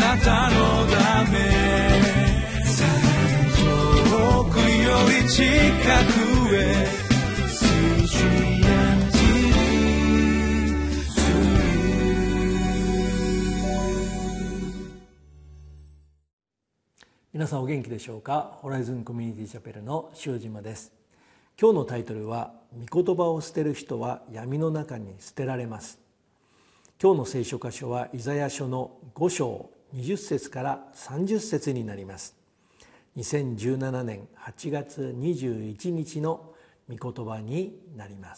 なたのため遠くより近くへ皆さんお元気でしょうか。ホライズンコミュニティチャペルの塩島です。今日のタイトルは御言葉を捨てる人は闇の中に捨てられます。今日の聖書箇所はイザヤ書の5章20節から30節になります。2017年8月21日の御言葉になります。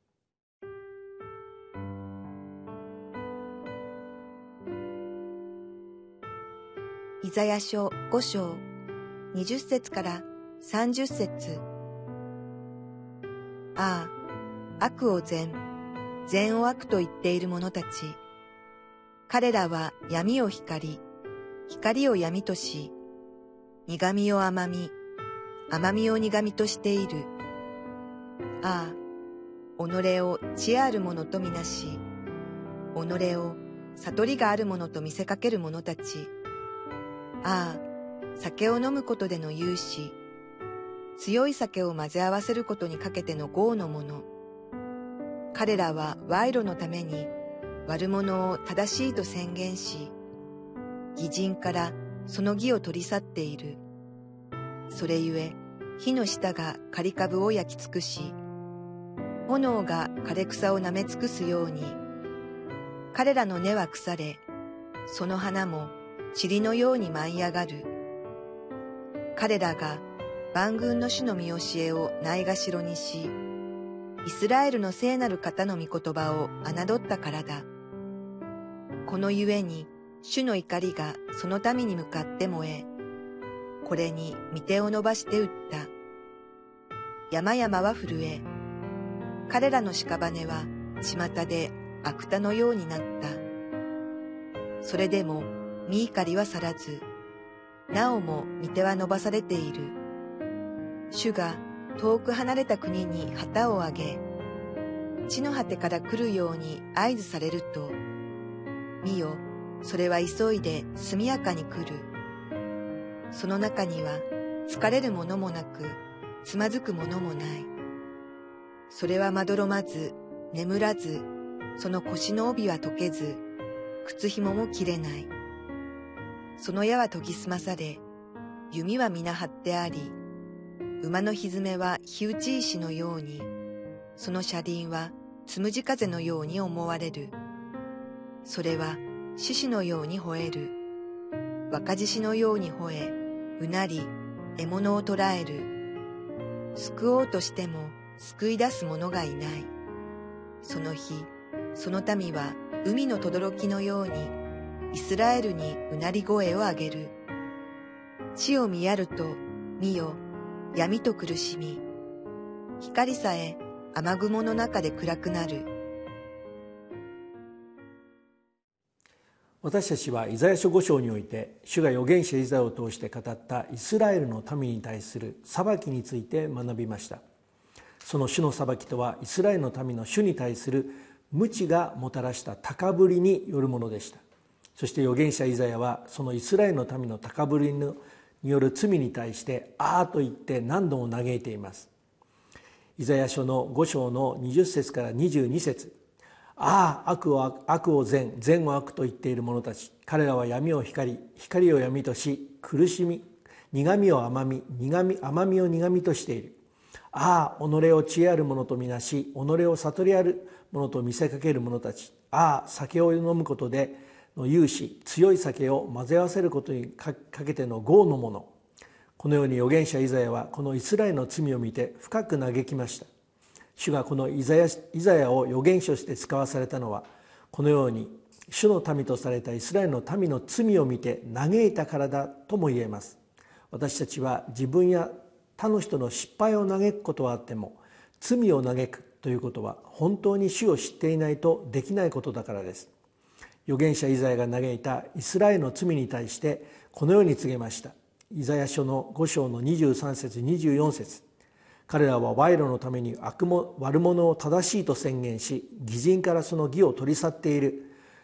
イザヤ書5章20節から30節。ああ、悪を善、善を悪と言っている者たち。彼らは闇を光、光を闇とし、苦みを甘み、甘みを苦みとしている。ああ、己を知恵ある者とみなし、己を悟りがある者と見せかける者たち。ああ、酒を飲むことでの勇士、強い酒を混ぜ合わせることにかけての業の者。彼らは賄賂のために悪者を正しいと宣言し、義人からその義を取り去っている。それゆえ、火の下が刈り株を焼き尽くし、炎が枯れ草を舐め尽くすように、彼らの根は腐れ、その花も塵のように舞い上がる。彼らが万軍の主の御教えをないがしろにし、イスラエルの聖なる方の御言葉を侮ったからだ。このゆえに主の怒りがその民に向かって燃え、これに御手を伸ばして打った。山々は震え、彼らの屍は巷で悪田のようになった。それでも御怒りは去らず、なおも御手は伸ばされている。主が遠く離れた国に旗を上げ、地の果てから来るように合図されると、見よ、それは急いで速やかに来る。その中には疲れるものもなく、つまずくものもない。それはまどろまず、眠らず、その腰の帯は解けず、靴紐も切れない。その矢は研ぎ澄まされ、弓は皆張ってあり、馬のひづめは火打ち石のように、その車輪はつむじ風のように思われる。それは獅子のように吠える。若獅子のように吠え、うなり、獲物を捕らえる。救おうとしても救い出す者がいない。その日、その民は海の轟のように、イスラエルにうなり声を上げる。地を見やると、見よ、闇と苦しみ、光さえ雨雲の中で暗くなる。 私たちはイザヤ書5章において、主が預言者イザヤを通して語ったイスラエルの民に対する裁きについて学びました。その主の裁きとは、イスラエルの民の主に対する無知がもたらした高ぶりによるものでした。そして預言者イザヤはそのイスラエルの民の高ぶりによる罪に対してああと言って何度も嘆いています。イザヤ書の5章の20節から22節。ああ、悪を善、善を悪と言っている者たち。彼らは闇を光、光を闇とし、苦しみ、苦みを甘み、甘みを苦みとしている。ああ、己を知恵ある者とみなし、己を悟りある者と見せかける者たち。ああ、酒を飲むことでの勇士、強い酒を混ぜ合わせることにかけての業の者。このように預言者イザヤはこのイスラエルの罪を見て深く嘆きました。主がこのイザヤを預言者として使わされたのは、このように主の民とされたイスラエルの民の罪を見て嘆いたからだとも言えます。私たちは自分や他の人の失敗を嘆くことはあっても、罪を嘆くということは本当に主を知っていないとできないことだからです。預言者イザヤが嘆いたイスラエルの罪に対してこのように告げました。イザヤ書の5章の23節24節。彼らは賄賂のために悪者を正しいと宣言し、義人からその義を取り去っている。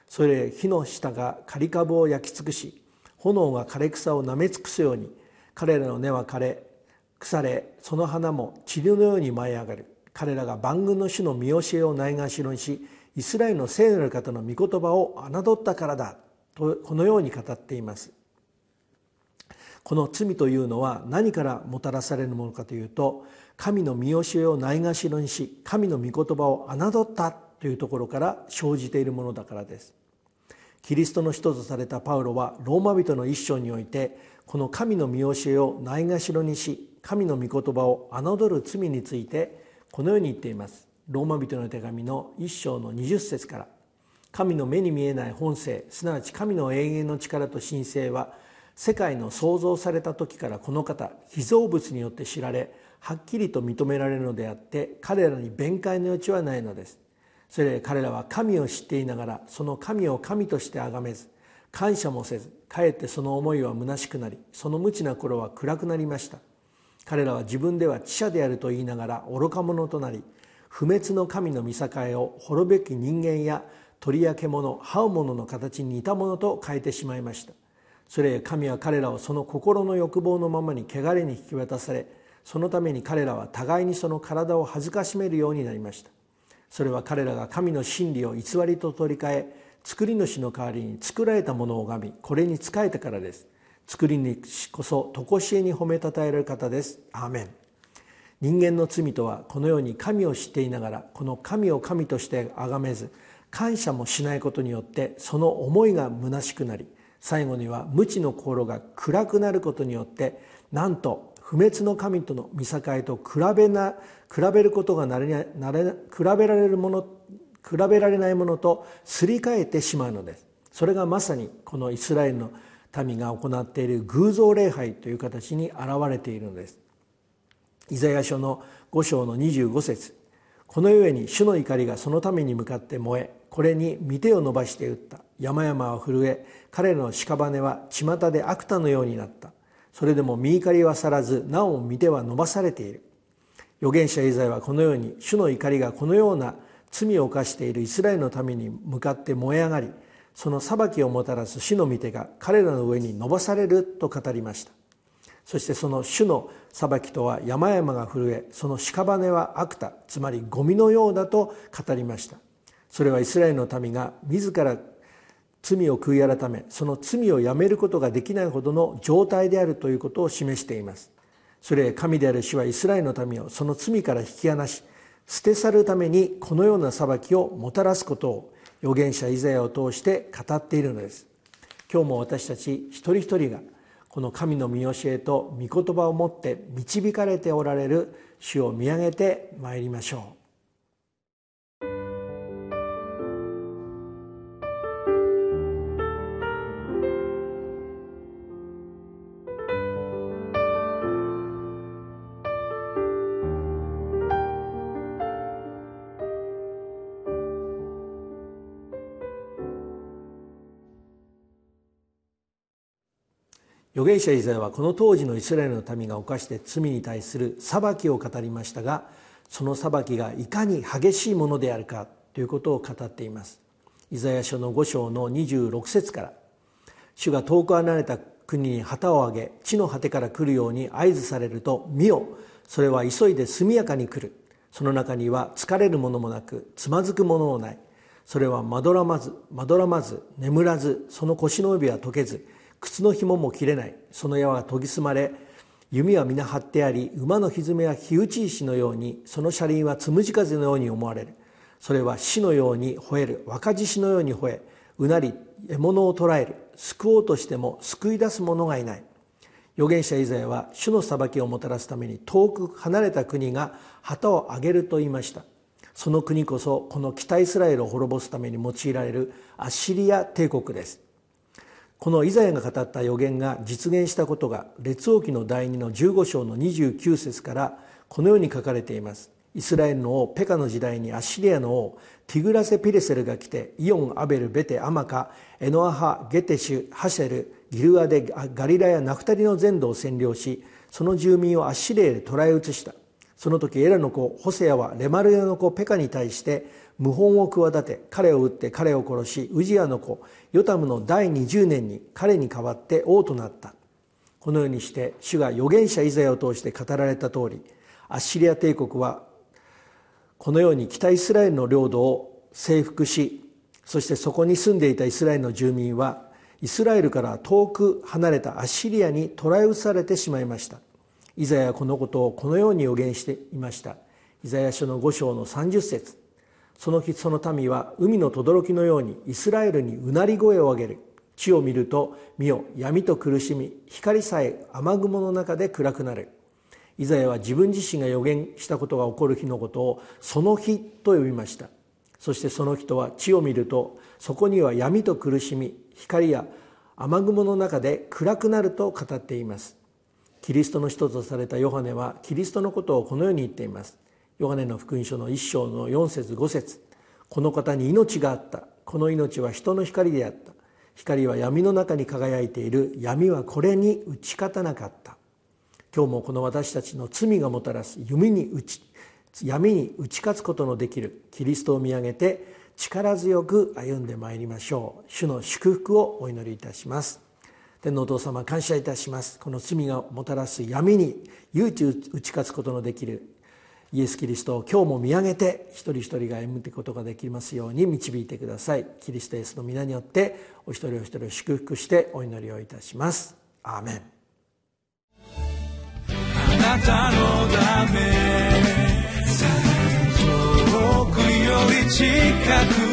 それ火の下が刈り株を焼き尽くし、炎が枯れ草をなめ尽くすように、彼らの根は枯れ、その花も塵のように舞い上がる。彼らが万軍の主の見教えをないがしろにし、イスラエルの聖なる方の御言葉を侮ったからだと、このように語っています。この罪というのは何からもたらされるものかというと、神の見教えをないがしろにし、神の御言葉を侮ったというところから生じているものだからです。キリストの使徒とされたパウロはローマ人の一章において、この神の見教えをないがしろにし、神の御言葉を侮る罪についてこのように言っています。ローマ人の手紙の一章の20節から、神の目に見えない本性、すなわち神の永遠の力と神性は、世界の創造された時からこの方被造物によって知られ、はっきりと認められるのであって、彼らに弁解の余地はないのです。それで彼らは神を知っていながら、その神を神として崇めず、感謝もせず、かえってその思いは虚しくなり、その無知な頃は暗くなりました。彼らは自分では知者であると言いながら愚か者となり、不滅の神の御境を滅ぶべき人間や鳥や獣、這う者の形に似たものと変えてしまいました。それへ神は彼らをその心の欲望のままに汚れに引き渡され、そのために彼らは互いにその体を恥ずかしめるようになりました。それは彼らが神の真理を偽りと取り替え、作り主の代わりに作られたものを拝み、これに仕えたからです。作り主こそ常しえに褒めたたえられる方です。アーメン。人間の罪とはこのように神を知っていながら、この神を神として崇めず、感謝もしないことによって、その思いが虚しくなり、最後には無知の心が暗くなることによって、なんと不滅の神との見境と比べることが比べられないものとすり替えてしまうのです。それがまさにこのイスラエルの民が行っている偶像礼拝という形に現れているのです。イザヤ書の5章の25節、このゆえに主の怒りがその民に向かって燃え、これに御手を伸ばして打った。山々は震え、彼らの屍は巷で悪田のようになった。それでも身怒りは去らず、なお御手は伸ばされている。預言者イザヤはこのように、主の怒りがこのような罪を犯しているイスラエルのために向かって燃え上がり、その裁きをもたらす主の御手が彼らの上に伸ばされると語りました。そしてその主の裁きとは、山々が震え、その屍は悪田、つまりゴミのようだと語りました。それはイスラエルの民が自ら罪を悔い改め、その罪をやめることができないほどの状態であるということを示しています。それへ神である主はイスラエルの民をその罪から引き離し、捨て去るためにこのような裁きをもたらすことを預言者イザヤを通して語っているのです。今日も私たち一人一人がこの神の御教えと御言葉をもって導かれておられる主を見上げてまいりましょう。預言者イザヤはこの当時のイスラエルの民が犯して罪に対する裁きを語りましたが、その裁きがいかに激しいものであるかということを語っています。イザヤ書の5章の26節から、主が遠く離れた国に旗を上げ、地の果てから来るように合図されると、見よ、それは急いで速やかに来る。その中には疲れるものもなく、つまずくものもない。それはまどらまず眠らず、その腰の帯は解けず、靴の紐も切れない。その矢は研ぎ澄まれ、弓は皆張ってあり、馬の蹄は火打ち石のように、その車輪はつむじ風のように思われる。それは死のように吠える。若獅子のように吠え、うなり獲物を捕らえる。救おうとしても救い出す者がいない。預言者イザヤは主の裁きをもたらすために遠く離れた国が旗を上げると言いました。その国こそこの北イスラエルを滅ぼすために用いられるアッシリア帝国です。このイザヤが語った預言が実現したことが列王記の第2の15章の29節からこのように書かれています。イスラエルの王ペカの時代にアッシリアの王ティグラセピレセルが来て、イオン、アベル、ベテ、アマカ、エノアハ、ゲテシュ、ハシェル、ギルアデ、ガリラやナフタリの全土を占領し、その住民をアッシリアで捕らえ移した。 その時エラの子ホセアはレマルヤの子ペカに対して謀反を企て、彼を撃って彼を殺し、ウジアの子ヨタムの第20年に彼に代わって王となった。このようにして主が預言者イザヤを通して語られた通り、アッシリア帝国はこのように北イスラエルの領土を征服し、そしてそこに住んでいたイスラエルの住民はイスラエルから遠く離れたアッシリアに捕らえ移されてしまいました。イザヤはこのことをこのように予言していました。イザヤ書の5章の30節。その日その民は海の轟のようにイスラエルにうなり声を上げる。地を見ると見よ、闇と苦しみ、光さえ雨雲の中で暗くなる。イザヤは自分自身が予言したことが起こる日のことをその日と呼びました。そしてその日とは地を見るとそこには闇と苦しみ、光や雨雲の中で暗くなると語っています。キリストの使徒とされたヨハネはキリストのことをこのように言っています。ヨハネの福音書の1章の4節5節。この方に命があった。この命は人の光であった。光は闇の中に輝いている。闇はこれに打ち勝たなかった。今日もこの私たちの罪がもたらす闇に打ち勝つことのできるキリストを見上げて力強く歩んでまいりましょう。主の祝福をお祈りいたします。天のお父様、感謝いたします。この罪がもたらす闇に唯一打ち勝つことのできるイエス・キリストを今日も見上げて一人一人が歩むことができますように導いてください。キリストイエスの皆によってお一人お一人を祝福してお祈りをいたします。アーメン。 あなたのため遠くより近く